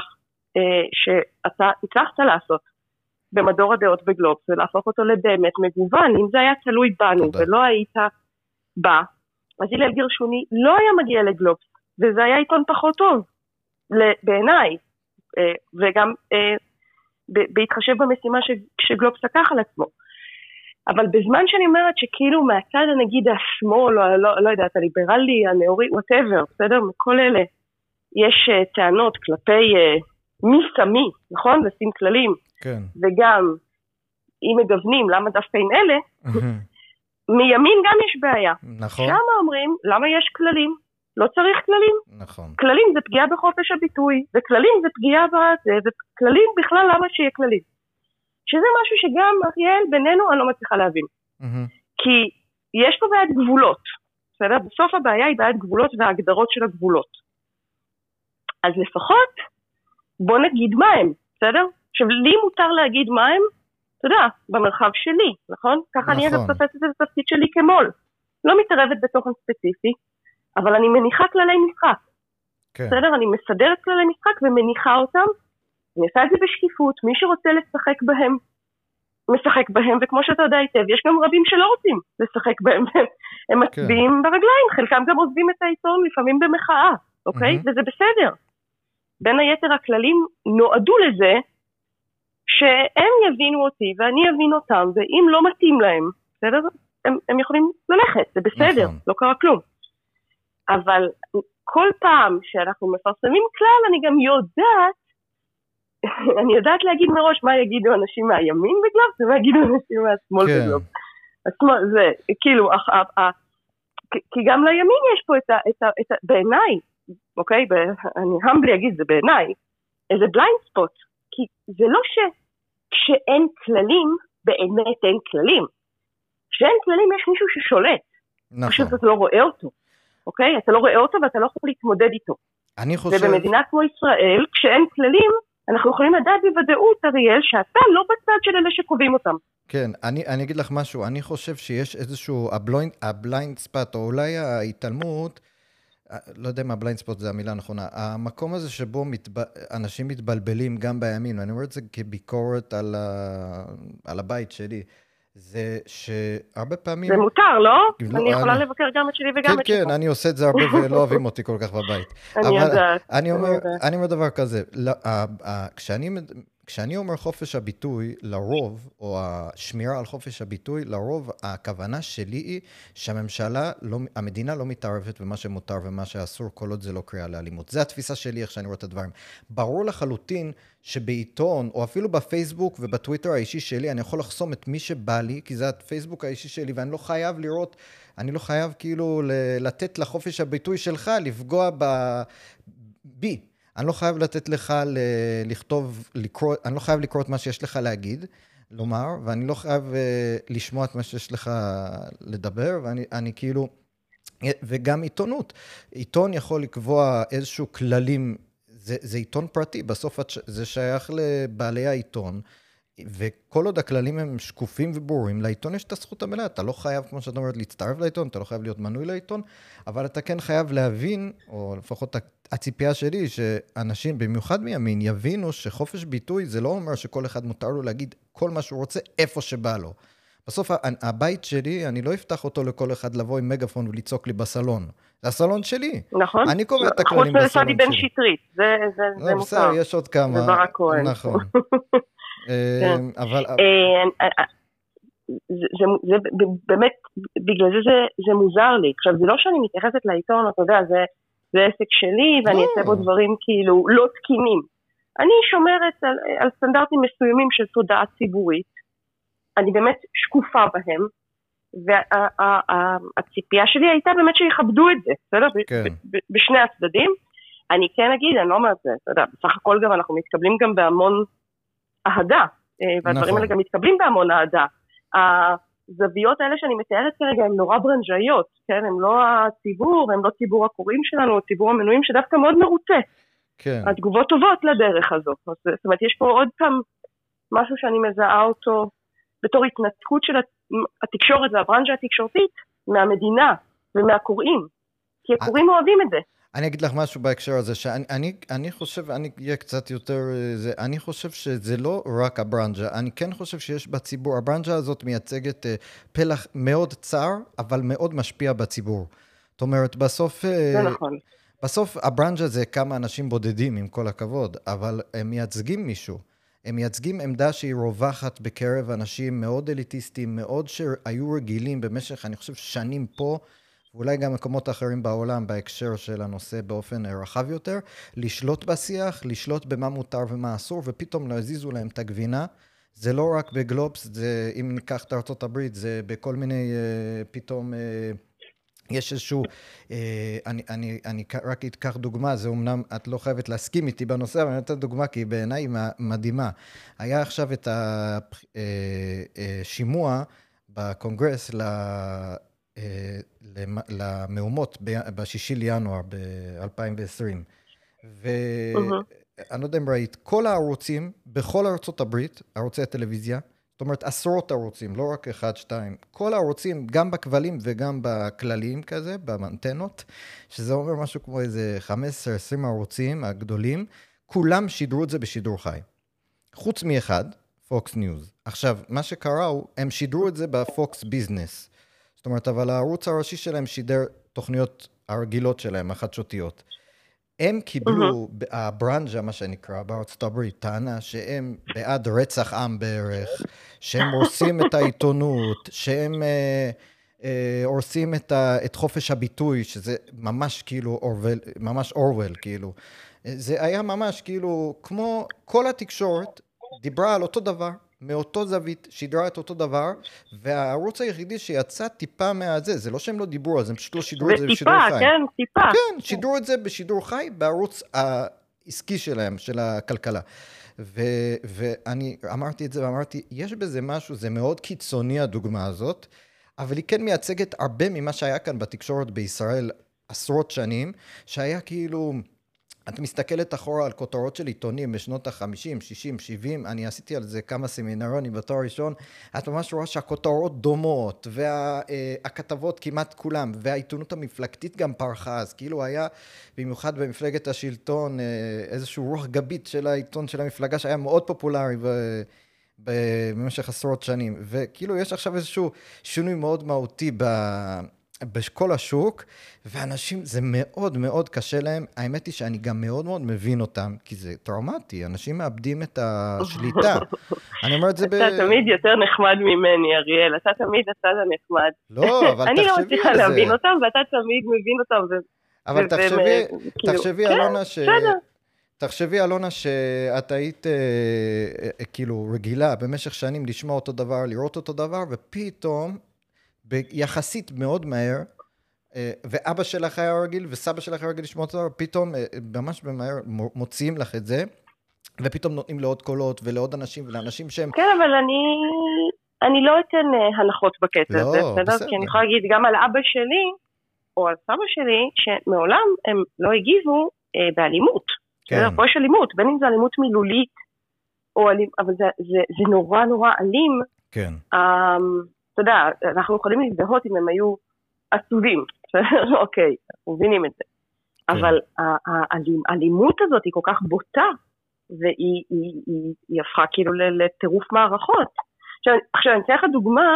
שאתה הצלחת לעשות במדור הדעות בגלובס, ולהפוך אותו לבאמת מגוון. אם זה היה תלוי בנו ולא היית בא, אז הלל גרשוני לא היה מגיע לגלובס, וזה היה עיתון פחות טוב בעיניי, וגם בהתחשב במשימה שגלובס לקח על עצמו. אבל בזמן שאני אומרת שכאילו מהצד הנגיד השמאל, או לא יודעת, הליברלי, הנאורי, whatever, בסדר? מכל אלה יש טענות כלפי מי שמי, נכון? לשים כללים. כן. וגם אם מגוונים למה דווקא עם אלה, מימין גם יש בעיה. נכון. שם אומרים, למה יש כללים? לא צריך כללים. נכון. כללים זה פגיעה בחופש הביטוי, וכללים זה פגיעה בזה, וכללים בכלל למה שיהיה כללים. שזה משהו שגם אריאל בינינו אני לא מצליחה להבין. כי יש פה בעיית גבולות, בסדר? בסוף הבעיה היא בעיית גבולות וההגדרות של הגבולות. אז לפחות בוא נגיד מה הם, בסדר? עכשיו לי מותר להגיד מה הם, אתה יודע, במרחב שלי, נכון? ככה אני אגב תופסת את התפקיד שלי כמול. לא מתערבת בתוכן ספציפי, אבל אני מניחה כללי משחק. בסדר? אני מסדרת כללי משחק ומניחה אותם, אני עושה את זה בשקיפות, מי שרוצה לשחק בהם, משחק בהם, וכמו שאתה יודע היטב, יש גם רבים שלא רוצים לשחק בהם, הם מצביעים ברגליים, חלקם גם עוזבים את העיתון, לפעמים במחאה, אוקיי? וזה בסדר. בין היתר הכללים נועדו לזה, שהם יבינו אותי, ואני אבין אותם, ואם לא מתאים להם, בסדר? הם יכולים ללכת, זה בסדר, לא קרה כלום. אבל כל פעם שאנחנו מפרסמים כלל, אני גם אני יודעת להגיד מראש מה יגידו אנשים מהימין בגלובס, ומה יגידו אנשים מהשמאל בגלובס. השמאל זה, כאילו, כי גם לימין יש פה את בעיניי, אוקיי? אני המבלי אגיד, זה בעיניי, איזה בליינד ספוט. כי זה לא כשאין כללים, באמת אין כללים. כשאין כללים יש מישהו ששולט. נכון. פשוט אתה לא רואה אותו. אוקיי? אתה לא רואה אותו ואתה לא יכול להתמודד איתו. אני חושב... ובמדינה כמו ישראל, כשאין כללים, אנחנו יכולים לדעת בוודאות, אריאל, שאתה לא בצד של אלה שקובעים אותם. כן, אני אגיד לך משהו, אני חושב שיש איזשהו הבליינד ספוט, או אולי ההתעלמות, לא יודע אם הבליינד ספוט זה המילה הנכונה, המקום הזה שבו אנשים מתבלבלים גם בימין, ואני אומר את זה כביקורת על הבית שלי, זה שהרבה פעמים... זה מותר, לא? אני יכולה לבקר גם את שלי וגם את שלך. כן, אני עושה את זה הרבה ולא אוהבים אותי כל כך בבית. אני יודעת. אני אומר דבר כזה, כשאני אומר חופש הביטוי לרוב, או השמירה על חופש הביטוי, לרוב הכוונה שלי היא שהממשלה, המדינה לא מתערבת במה שמותר ומה שאסור, כל עוד זה לא קריאה לאלימות. זה התפיסה שלי איך שאני רואה את הדברים. ברור לחלוטין שבעיתון, או אפילו בפייסבוק ובטוויטר האישי שלי, אני יכול לחסום את מי שבא לי, כי זה הפייסבוק האישי שלי, ואני לא חייב לראות, אני לא חייב כאילו לתת לחופש הביטוי שלך, לפגוע בי. אני לא חייב לתת לך לקרוא, אני לא חייב לקרוא את מה שיש לך להגיד, לומר, ואני לא חייב לשמוע את מה שיש לך לדבר, ואני כאילו, וגם עיתונות. עיתון יכול לקבוע איזשהו כללים, זה עיתון פרטי, בסוף זה שייך לבעלי העיתון, וכל עוד הכללים הם שקופים וברורים, לעיתון יש את הזכות המלאה, אתה לא חייב, כמו שאת אומרת, להצטרף לעיתון, אתה לא חייב להיות מנוי לעיתון, אבל אתה כן חייב להבין, או לפחות הציפייה שלי, שאנשים, במיוחד מימין, יבינו שחופש ביטוי, זה לא אומר שכל אחד מותר לו להגיד כל מה שהוא רוצה, איפה שבא לו. בסוף, הבית שלי, אני לא אפתח אותו לכל אחד לבוא עם מגפון ולצעוק לי בסלון. זה הסלון שלי. נכון. אני קובע את הכללים בסלון שלי. חוץ מלסעדי בן שטרית, זה מותר. בסדר, יש עוד כמה. זה ברק כהן. נכון. אבל... זה באמת, בגלל זה מוזר לי. עכשיו, זה לא שאני מתייחסת לעיתון, אתה יודע, זה עסק שלי, ואני אעשה בו דברים כאילו לא תקינים. אני שומרת על סטנדרטים מסוימים של תודעה ציבורית, אני באמת שקופה בהם, והציפייה שלי הייתה באמת שיכבדו את זה, בסדר? בשני הצדדים. אני כן אגיד, אני לא אומרת זה, אתה יודע, בסך הכל גם אנחנו מתקבלים גם בהמון אהדה, והדברים האלה גם מתקבלים בהמון אהדה. הזוויות האלה שאני מתארת כרגע הן נורא ברנג'איות, כן? הם לא הציבור, הם לא ציבור הקוראים שלנו, ציבור המנויים שדווקא מאוד מרוצה. כן. התגובות טובות לדרך הזאת. זאת אומרת, יש פה עוד פעם משהו שאני מזהה אותו בתור התנתקות של התקשורת והברנז'ה התקשורתית מהמדינה ומהקוראים. כי הקוראים אוהבים את זה. אני אגיד לך משהו בהקשר הזה, שאני חושב, אני אהיה קצת יותר, אני חושב שזה לא רק הברנז'ה, אני כן חושב שיש בציבור, הברנז'ה הזאת מייצגת פלח מאוד צר, אבל מאוד משפיע בציבור. זאת אומרת, בסוף... זה נכון. בסוף הברנז'ה זה כמה אנשים בודדים, עם כל הכבוד, אבל הם מייצגים מישהו. הם מייצגים עמדה שהיא רווחת בקרב אנשים מאוד אליטיסטים, מאוד שהיו רגילים במשך, אני חושב, שנים פה, ואולי גם מקומות אחרים בעולם בהקשר של הנושא באופן רחב יותר, לשלוט בשיח, לשלוט במה מותר ומה אסור, ופתאום לא הזיזו להם את הגבינה. זה לא רק בגלובס, זה, אם ניקח את ארצות הברית, זה בכל מיני, פתאום, יש איזשהו, אני רק אתקח דוגמה, זה אומנם, את לא חייבת להסכים איתי בנושא, אבל אני נותן דוגמה, כי בעיניי היא מדהימה. היה עכשיו את השימוע בקונגרס למהומות ב-6 לינואר ב-2020. ואני לא יודע אם ראית, כל הערוצים, בכל ארצות הברית, ערוצי הטלוויזיה, זאת אומרת, עשרות ערוצים, לא רק 1, 2, כל הערוצים, גם בכבלים וגם בכלליים כזה, באנטנות, שזה אומר משהו כמו איזה 15-20 ערוצים הגדולים, כולם שידרו את זה בשידור חי. חוץ מאחד, פוקס ניוז. עכשיו, מה שקרה הוא, הם שידרו את זה בפוקס ביזנס. זאת אומרת, אבל הערוץ הראשי שלהם שידר תוכניות הרגילות שלהם, החדשותיות. הם קיבלו, הברנז'ה, מה שנקרא, בארצות הברית, טענה שהם בעד רצח עם בערך, שהם הורסים את העיתונות, שהם הורסים את חופש הביטוי, שזה ממש כאילו ממש אורוול, כאילו. זה היה ממש כאילו, כמו כל התקשורת, דיברה על אותו דבר, מאותו זווית, שידרה את אותו דבר, והערוץ היחידי שיצא טיפה מהזה, זה לא שהם לא דיברו, אז הם פשוט לא שידרו את זה בשידור חי. וטיפה, כן, טיפה. כן, שידרו את זה בשידור חי, בערוץ העסקי שלהם, של הכלכלה. ואני אמרתי את זה, ואמרתי, יש בזה משהו, זה מאוד קיצוני הדוגמה הזאת, אבל היא כן מייצגת הרבה ממה שהיה כאן בתקשורת בישראל עשרות שנים, שהיה כאילו... את מסתכלת אחורה על כותרות של עיתונים בשנות ה-50, 60, 70, אני עשיתי על זה כמה סמינריונים בתואר ראשון, את ממש רואה שהכותרות דומות, והכתבות כמעט כולם, והעיתונות המפלגתית גם פרחה, אז כאילו היה במיוחד במפלגת השלטון איזשהו רוח גבית של העיתון של המפלגה שהיה מאוד פופולרי במשך עשרות שנים, וכאילו יש עכשיו איזשהו שינוי מאוד מהותי בכל השוק, ואנשים, זה מאוד מאוד קשה להם. האמת היא שאני גם מאוד מאוד מבין אותם, כי זה טראומטי, אנשים מאבדים את השליטה. אני אומר את זה אתה תמיד יותר נחמד ממני, אריאל, אתה תמיד הצד הנחמד. לא, אבל תחשבי על זה. אני לא מצליחה להבין אותם, ואתה תמיד מבין אותם. אבל תחשבי, אלונה, תחשבי, אלונה, שאת היית כאילו רגילה במשך שנים לשמוע אותו דבר, לראות אותו דבר, ופתאום ביחסית מאוד מהר, ואבא שלך היה רגיל, וסבא שלך היה רגיל לשמוע אותו, פתאום ממש במהר מוציאים לך את זה, ופתאום נותנים לעוד קולות, ולעוד אנשים, ולאנשים שהם... כן, אבל אני לא אתן הנחות בקטע הזה, בסדר? כי אני יכולה להגיד גם על אבא שלי, או על סבא שלי, שמעולם הם לא הגיבו באלימות. כן. פה יש אלימות, בין אם זה אלימות מילולית, אבל זה נורא נורא אלים. כן. אתה יודע, אנחנו יכולים להזדהות אם הם היו עצובים, אוקיי, אנחנו מבינים את זה. אבל האלימות הזאת היא כל כך בוטה, והיא הפכה כאילו לטירוף מערכות. עכשיו, אני אתן לך דוגמה,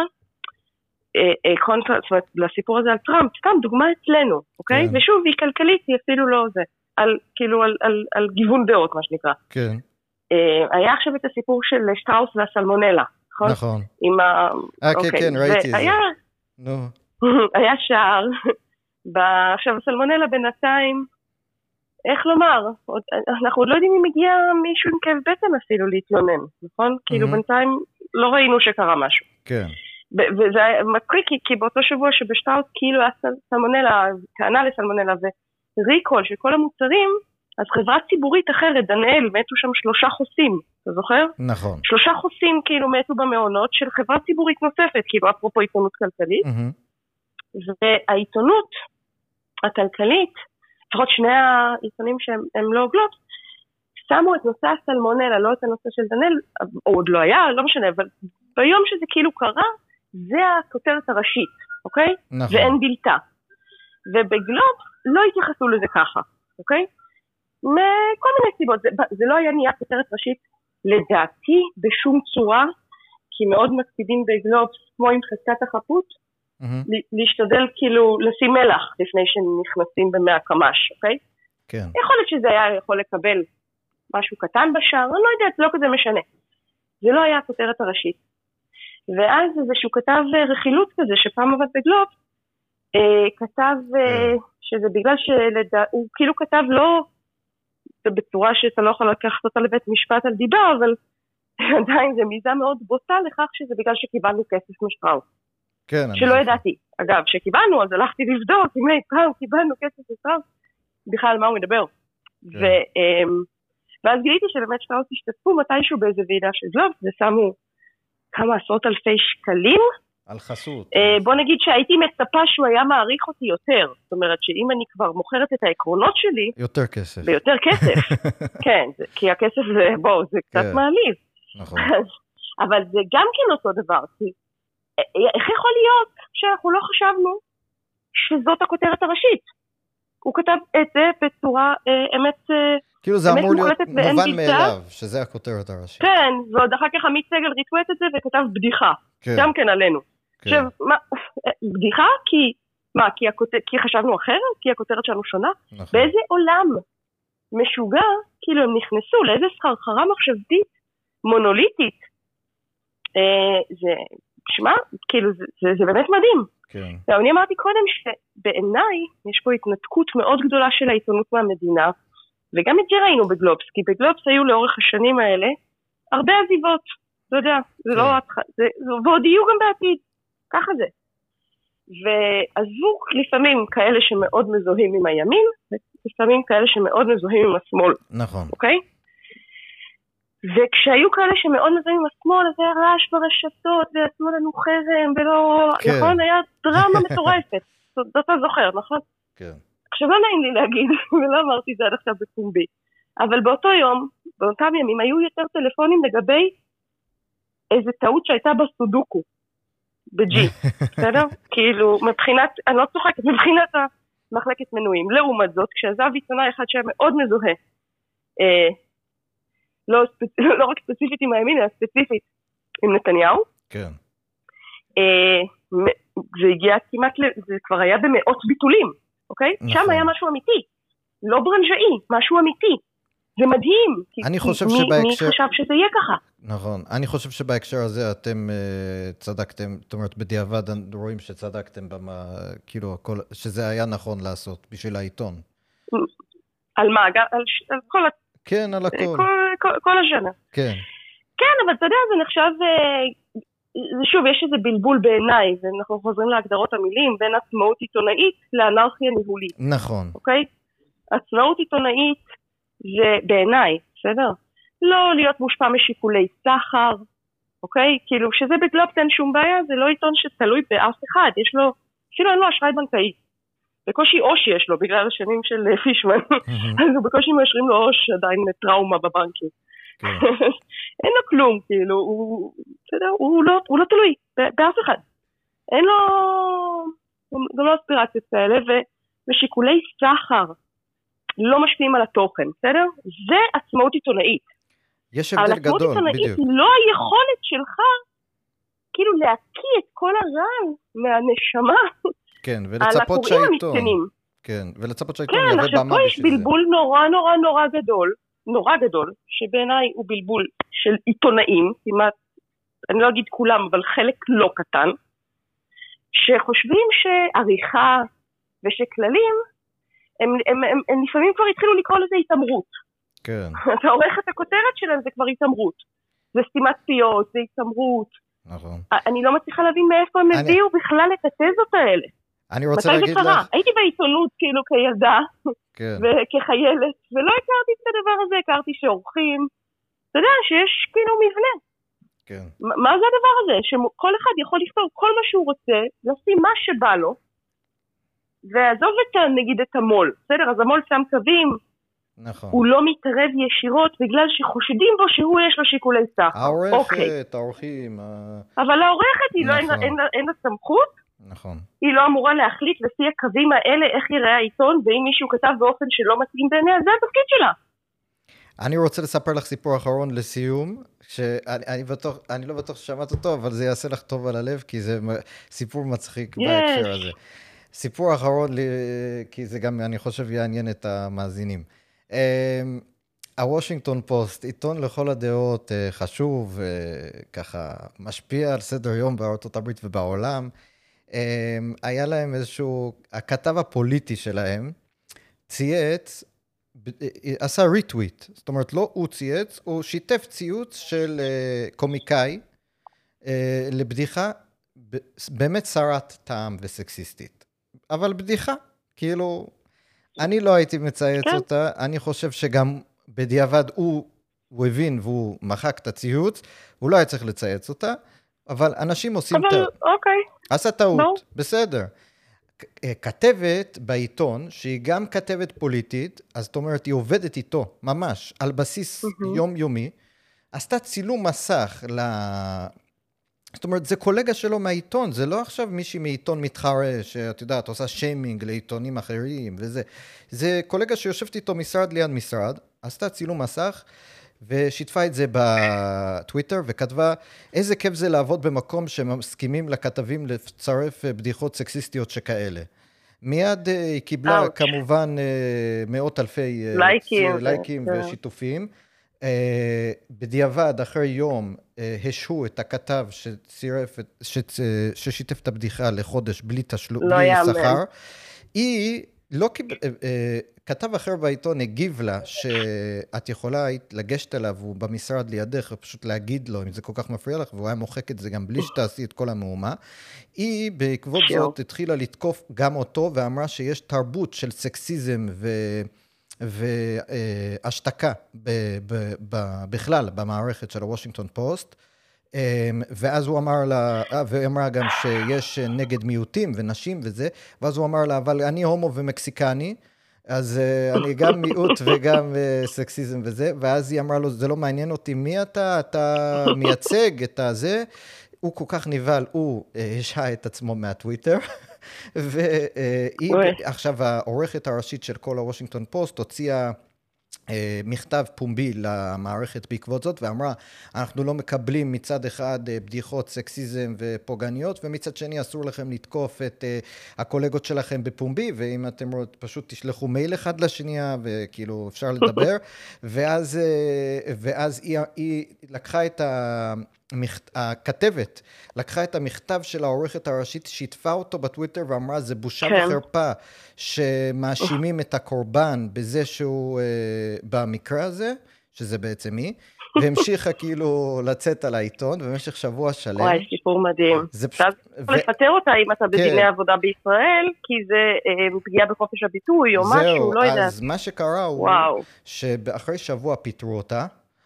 זאת אומרת, לסיפור הזה על טראמפ, סתם דוגמה אצלנו, אוקיי? ושוב, היא כלכלית, היא אפילו לא זה, כאילו על גיוון דעות, מה שנקרא. כן. היה עכשיו את הסיפור של שטראוס והסלמונלה, נכון. כן, ראיתי את זה. היה שער, עכשיו הסלמונלה בינתיים, איך לומר, אנחנו עוד לא יודעים אם הגיע מישהו עם כאב בטן אפילו להתלונן, נכון? כאילו בינתיים לא ראינו שקרה משהו. כן. וזה מצחיק, כי באותו שבוע שבשטראוס כאילו היה סלמונלה, טענה לסלמונלה וריקול של כל המוצרים, אז חברה ציבורית אחרת, דנאל, מתו שם 3 חוסים, אתה זוכר? נכון. 3 חוסים כאילו מתו במעונות של חברה ציבורית נוספת, כאילו אפרופו עיתונות כלכלית. והעיתונות הכלכלית, לפחות שני העיתונים שהם לא גלובס, שמו את נושא הסלמונלה, לא את הנושא של דנאל, או עוד לא היה, לא משנה, אבל ביום שזה כאילו קרה, זה הכותרת הראשית, אוקיי? נכון. ואין בלתה. ובגלובס לא התייחסו לזה ככה, אוקיי? מכל מיני סיבות, זה לא היה נהיה כותרת ראשית לדעתי בשום צורה, כי מאוד מקפידים בגלובס, כמו עם חזקת החפות, להשתדל כאילו לשים מלח לפני שנכנסים במאה קמש, אוקיי? כן. יכול להיות שזה היה יכול לקבל משהו קטן בשער, אני לא יודעת, זה לא כזה משנה. זה לא היה הכותרת הראשית. ואז איזשהו כתב רכילות כזה, שפעם עבד בגלובס, כתב שזה בגלל הוא כאילו כתב לא בצורה שאתה לא יכול לקחת אותה לבית משפט על דיבה, אבל עדיין זה מיזה מאוד בוטה לכך שזה בגלל שקיבלנו כסף משטראוס. כן. שלא ידעתי. אגב, שקיבלנו, אז הלכתי לבדוק, אם פעם קיבלנו כסף משטראוס, בכלל מה הוא מדבר. ואז גיליתי שבאמת שטראוס השתתפו מתישהו באיזה ועידה של גלובס, ושמו כמה עשרות אלפי שקלים, על חסות. בוא נגיד שהייתי מצפה שהוא היה מעריך אותי יותר. זאת אומרת שאם אני כבר מוכרת את העקרונות שלי... יותר כסף. ביותר כסף. כן, כי הכסף זה, בואו, זה קצת מעליב. נכון. אבל זה גם כן אותו דבר. כי איך יכול להיות שאנחנו לא חשבנו שזאת הכותרת הראשית? הוא כתב את זה בצורה אמת... כאילו זה אמור להיות מובן מאליו, שזה הכותרת הראשית. כן, ועוד אחר כך עמית סגל ריטווט את זה וכתב בדיחה. גם כן עלינו. עכשיו, בדיחה? כי חשבנו אחרת? כי הכותרת שלנו שונה? באיזה עולם משוגע, כאילו הם נכנסו לאיזה סחרחרה מחשבתית, מונוליטית. זה, שמה, כאילו זה באמת מדהים. אני אמרתי קודם שבעיניי יש פה התנתקות מאוד גדולה של העיתונות מהמדינה, וגם את זה ראינו בגלובס, כי בגלובס היו לאורך השנים האלה הרבה עזיבות, אתה יודע, זה לא... ועוד יהיו גם בעתיד. ככה זה. ועזבו לפעמים כאלה שמאוד מזוהים עם הימין, ולפעמים כאלה שמאוד מזוהים עם השמאל. נכון. אוקיי? וכשהיו כאלה שמאוד מזוהים עם השמאל, אז היה רעש ברשתות, ועשו לנו חרם, ולא... כן. נכון? היה דרמה מטורפת. אתה זוכר, נכון? כן. עכשיו לא נעים לי להגיד, ולא אמרתי זה עד עכשיו בפומבי. אבל באותו יום, באותם ימים, היו יותר טלפונים לגבי איזה טעות שהייתה בסודוקו. בג'י, בסדר? כאילו, מבחינת, אני לא צוחקת, מבחינת המחלקת מנויים. לעומת זאת, כשעזב עיתונאי אחד שהיה מאוד מזוהה, לא רק ספציפית עם הימין, אלא ספציפית עם נתניהו. כן. זה הגיע כמעט, זה כבר היה במאות ביטולים, אוקיי? שם היה משהו אמיתי, לא ברנז'אי, משהו אמיתי. זה מדהים. אני חושב שבהקשר... מי חשב שזה יהיה ככה? נכון. אני חושב שבהקשר הזה אתם צדקתם, זאת אומרת, בדיעבד רואים שצדקתם כאילו, שזה היה נכון לעשות בשביל העיתון. על מה? על כל... כן, על הכל. כל השנה. כן. כן, אבל אתה יודע, זה נחשב... שוב, יש איזה בלבול בעיניי, ואנחנו חוזרים להגדרות המילים, בין עצמאות עיתונאית לאנרכיה ניהולית. נכון. אוקיי? עצמאות עיתונאית זה בעיניי, בסדר? לא להיות מושפע משיקולי סחר, אוקיי? כאילו, שזה בגלובס אין שום בעיה, זה לא עיתון שתלוי באף אחד, יש לו, אפילו אין לו אשראי בנקאי. בקושי אוש יש לו, בגלל השנים של פישמן, אז הוא בקושי מאשרים לו אוש, עדיין טראומה בבנקים. אין לו כלום, כאילו, הוא לא תלוי באף אחד. אין לו, גם לא אספירציות כאלה, ושיקולי סחר לא משפיעים על התוכן, בסדר? זה עצמאות עיתונאית. יש הבדל גדול, בדיוק. עצמאות עיתונאית היא לא היכולת שלך, כאילו להקיא את כל הרעל מהנשמה. כן, ולצפות שהעיתון. כן, ולצפות שהעיתון יביא במה בשביל זה. כן, עכשיו פה יש בלבול נורא נורא נורא גדול, נורא גדול, שבעיניי הוא בלבול של עיתונאים, כמעט, אני לא אגיד כולם, אבל חלק לא קטן, שחושבים שעריכה ושכללים, הם לפעמים כבר התחילו לקרוא לזה התאמרות. כן. אתה עורך את הכותרת שלהם, זה כבר התאמרות. זה סתימת פיות, זה התאמרות. נכון. אני לא מצליחה להבין מאיפה הם הביאו בכלל את התזות האלה. אני רוצה להגיד לך... מתי זה קרה? הייתי בעיתונות כאילו כילדה, כן. וכחיילת, ולא הכרתי את הדבר הזה, הכרתי שעורכים. אתה יודע שיש כאילו מבנה. כן. מה זה הדבר הזה? שכל אחד יכול לכתוב כל מה שהוא רוצה, לשים מה שבא לו, ועזוב נגיד את המול. בסדר, אז המול שם קווים, נכון. הוא לא מתערב ישירות בגלל שחושדים בו שהוא יש לו שיקולי סחר. העורכת, העורכים. אבל העורכת היא לא, אין לה סמכות. נכון. היא לא אמורה להחליט לפי הקווים האלה איך יראה העיתון, ואם מישהו כתב באופן שלא מתאים בעיניה, זה התפקיד שלה. אני רוצה לספר לך סיפור אחרון לסיום, שאני לא בטוח ששמעת אותו, אבל זה יעשה לך טוב על הלב, כי זה סיפור מצחיק בהקשר הזה. סיפור אחרון, כי זה גם, אני חושב, יעניין את המאזינים. הוושינגטון פוסט, עיתון לכל הדעות חשוב, ככה משפיע על סדר יום בארצות הברית ובעולם. היה להם איזשהו, הכתב הפוליטי שלהם צייץ, עשה ריטוויט, זאת אומרת לא הוא צייץ, הוא שיתף ציוץ של קומיקאי לבדיחה באמת סרת טעם וסקסיסטית, אבל בדיחה, כאילו אני לא הייתי מצייץ אותה, אני חושב שגם בדיעבד הוא הבין והוא מחק את הציוץ, הוא לא היה צריך לצייץ אותה, אבל אנשים עושים טעות. אוקיי. עשה טעות, בסדר. כתבת בעיתון, שהיא גם כתבת פוליטית, אז זאת אומרת, היא עובדת איתו, ממש, על בסיס יומיומי, עשתה צילום מסך זאת אומרת, זה קולגה שלו מהעיתון, זה לא עכשיו מישהי מעיתון מתחרה, שאת יודעת, עושה שיימינג לעיתונים אחרים, וזה. זה קולגה שיושבת איתו משרד ליד משרד, עשתה צילום מסך, ושיתפה את זה בטוויטר, וכתבה, איזה כיף זה לעבוד במקום שמסכימים לכתבים לצרף בדיחות סקסיסטיות שכאלה. מיד היא קיבלה כמובן מאות אלפי לייקים ושיתופים. בדיעבד, אחרי יום, השהו את הכתב ששיתף את הבדיחה לחודש בלי שכר. היא לא קיבל... כתב אחר בעיתון הגיב לה שאת יכולה לגשת אליו, הוא במשרד לידך, ופשוט להגיד לו אם זה כל כך מפריע לך, והוא היה מוחק את זה גם בלי שתעשי את כל המהומה. היא בעקבות זאת התחילה לתקוף גם אותו, ואמרה שיש תרבות של סקסיזם והשתקה בכלל במערכת של הוושינגטון פוסט, ואז הוא אמר לה, והיא אמרה גם שיש נגד מיעוטים ונשים וזה, ואז הוא אמר לה, אבל אני הומו ומקסיקני, אז אני גם מיעוט וגם סקסיזם וזה, ואז היא אמרה לו, זה לא מעניין אותי מי אתה מייצג את הזה, הוא כל כך נבהל, הוא השעה את עצמו מהטוויטר, והיא עכשיו העורכת הראשית של כל הוושינגטון פוסט הוציאה מכתב פומבי למערכת בעקבות זאת, ואמרה, אנחנו לא מקבלים מצד אחד בדיחות סקסיזם ופוגעניות, ומצד שני אסור לכם לתקוף את הקולגות שלכם בפומבי, ואם אתם פשוט תשלחו מייל אחד לשנייה, וכאילו אפשר לדבר, ואז היא לקחה את הכתבת, לקחה את המכתב של העורכת הראשית, שיתפה אותו בטוויטר ואמרה, זה בושה וחרפה שמאשימים את הקורבן בזה שהוא במקרה הזה, שזה בעצם היא, והמשיכה כאילו לצאת על העיתון במשך שבוע שלם. וואי, סיפור מדהים. אפשר לפטר אותה אם אתה בדיני עבודה בישראל, כי זה פגיעה בחופש הביטוי או משהו, לא יודע. אז מה שקרה הוא שאחרי שבוע פיטרו אותה,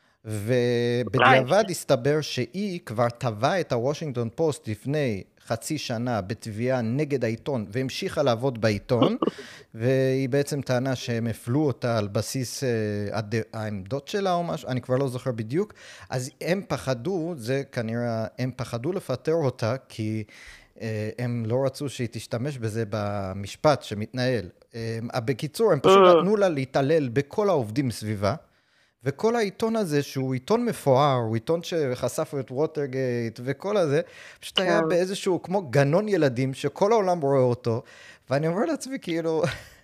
ובדיעבד הסתבר שהיא כבר טבעה את הוושינגטון פוסט לפני חצי שנה בתביעה נגד העיתון, והמשיכה לעבוד בעיתון, והיא בעצם טענה שהם הפלו אותה על בסיס העמדות שלה או משהו, אני כבר לא זוכר בדיוק, אז הם פחדו, זה כנראה, הם פחדו לפטר אותה, כי הם לא רצו שהיא תשתמש בזה במשפט שמתנהל. בקיצור, הם פשוט נתנו לה להתעלל בכל העובדים סביבה, וכל העיתון הזה, שהוא עיתון מפואר, הוא עיתון שחשף את ווטרגייט, וכל הזה, פשוט היה באיזשהו, כמו גנון ילדים, שכל העולם רואה אותו, ואני אומר לעצמי, כאילו,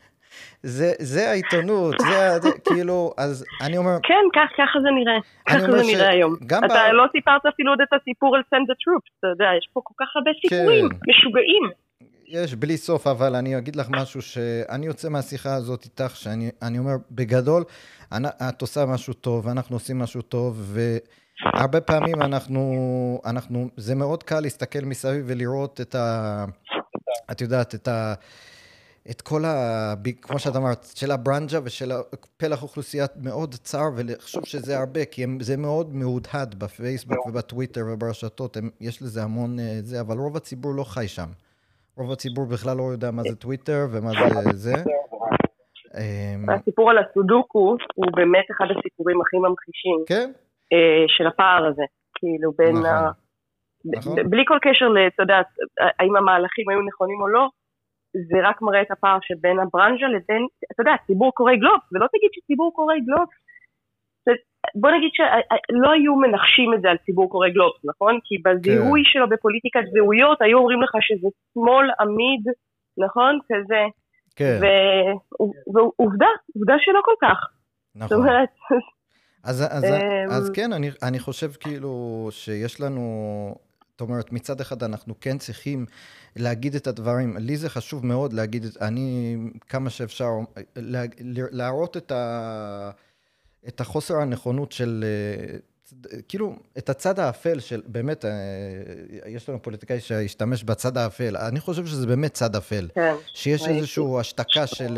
זה העיתונות, זה כאילו, אז אני אומר... כן, ככה זה נראה, ככה זה נראה היום. אתה לא סיפרת אפילו את הסיפור על Send the Troops, אתה יודע, יש פה כל כך הרבה סיפורים, משוגעים. יש בלי סוף, אבל אני אגיד לך משהו שאני יוצא מהשיחה הזאת איתך, שאני אומר, בגדול, את עושה משהו טוב, ואנחנו עושים משהו טוב, והרבה פעמים זה מאוד קל להסתכל מסביב ולראות את יודעת, את כל כמו שאת אמרת, של הברנג'ה ושל פלח אוכלוסיית מאוד צר, ולחשוב שזה הרבה, כי זה מאוד מהודהד בפייסבוק ובטוויטר וברשתות, יש לזה המון זה, אבל רוב הציבור לא חי שם. רוב הציבור בכלל לא יודע מה זה טוויטר ומה זה. הסיפור על הסודוקו הוא באמת אחד הסיפורים הכי ממחישים של הפער הזה. כאילו בין בלי כל קשר אתה יודע, האם המהלכים היו נכונים או לא, זה רק מראה את הפער שבין הברנז'ה לבין, אתה יודע, ציבור קוראי גלובס, ולא תגיד שציבור קוראי גלובס, בוא נגיד שלא היו מנחשים את זה על ציבור קוראי גלובס, נכון? כי בזיהוי שלו בפוליטיקת זהויות, היו אומרים לך שזה שמאל עמיד, נכון? כזה. כן. ועובדה שלא כל כך. נכון. אז כן, אני חושב כאילו שיש לנו, זאת אומרת, מצד אחד אנחנו כן צריכים להגיד את הדברים, לי זה חשוב מאוד להגיד, אני כמה שאפשר, להראות את החוסר הנכונות של, כאילו, את הצד האפל של, באמת, יש לנו פוליטיקאי שהשתמש בצד האפל, אני חושב שזה באמת צד אפל, שיש איזשהו השתקה של,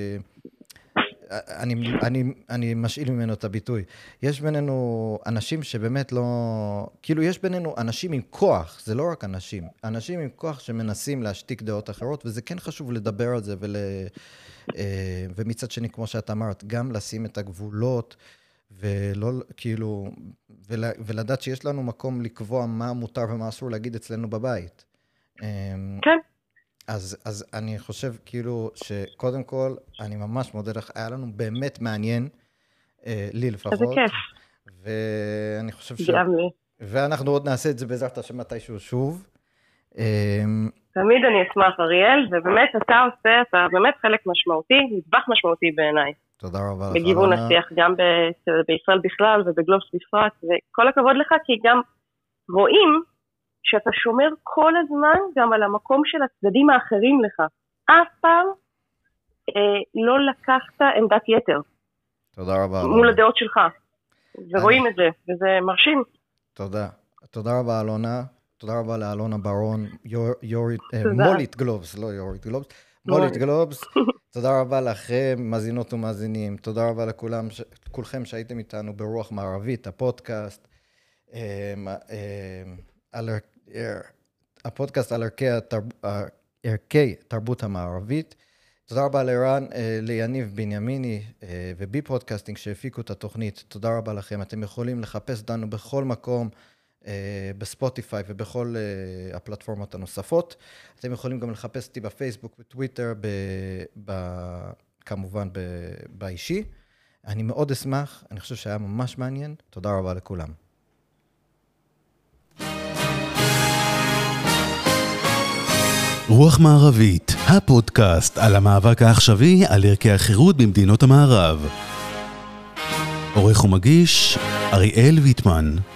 אני משאיל ממנו את הביטוי. יש בינינו אנשים שבאמת לא, כאילו יש בינינו אנשים עם כוח, זה לא רק אנשים, אנשים עם כוח שמנסים להשתיק דעות אחרות, וזה כן חשוב לדבר על זה, ומצד שני, כמו שאת אמרת, גם לשים את הגבולות, ולא, כאילו, ולדעת שיש לנו מקום לקבוע מה מותר ומה אסור להגיד אצלנו בבית. כן. אז אני חושב כאילו שקודם כל, אני ממש מודה לך, היה לנו באמת מעניין, לי לפחות. איזה כיף. ואני חושב גם לי. ואנחנו עוד נעשה את זה בעזרת השם מתישהו שוב. תמיד אני אשמח, אריאל, ובאמת אתה באמת חלק משמעותי, נדבך משמעותי בעיניי. תודה רבה לך. בגיוון השיח, גם בישראל בכלל ובגלובס בפרט, וכל הכבוד לך, כי גם רואים שאתה שומר כל הזמן גם על המקום של הצדדים האחרים לך. אף פעם לא לקחת עמדת יתר. תודה רבה. מול הדעות שלך. ורואים את זה, וזה מרשים. תודה. תודה רבה, אלונה. תודה רבה לאלונה ברון, מולית גלובס, לא יורית גלובס. מולית גלובס. תודה רבה לכם, מאזינות ומאזינים. תודה רבה לכולכם שהייתם איתנו ברוח מערבית, הפודקאסט. הפודקאסט על ערכי תרבות המערבית. תודה רבה לרן, ליניב בנימיני ובי פודקאסטינג שהפיקו את התוכנית. תודה רבה לכם. אתם יכולים לחפש אותנו בכל מקום, בספוטיפיי ובכל הפלטפורמות הנוספות. אתם יכולים גם לחפש אותי בפייסבוק וטוויטר, כמובן באישי. אני מאוד אשמח, אני חושב שהיה ממש מעניין. תודה רבה לכולם. רוח מערבית, הפודקאסט על המאבק העכשווי על ערכי החירות במדינות המערב. עורך ומגיש, אריאל ויטמן.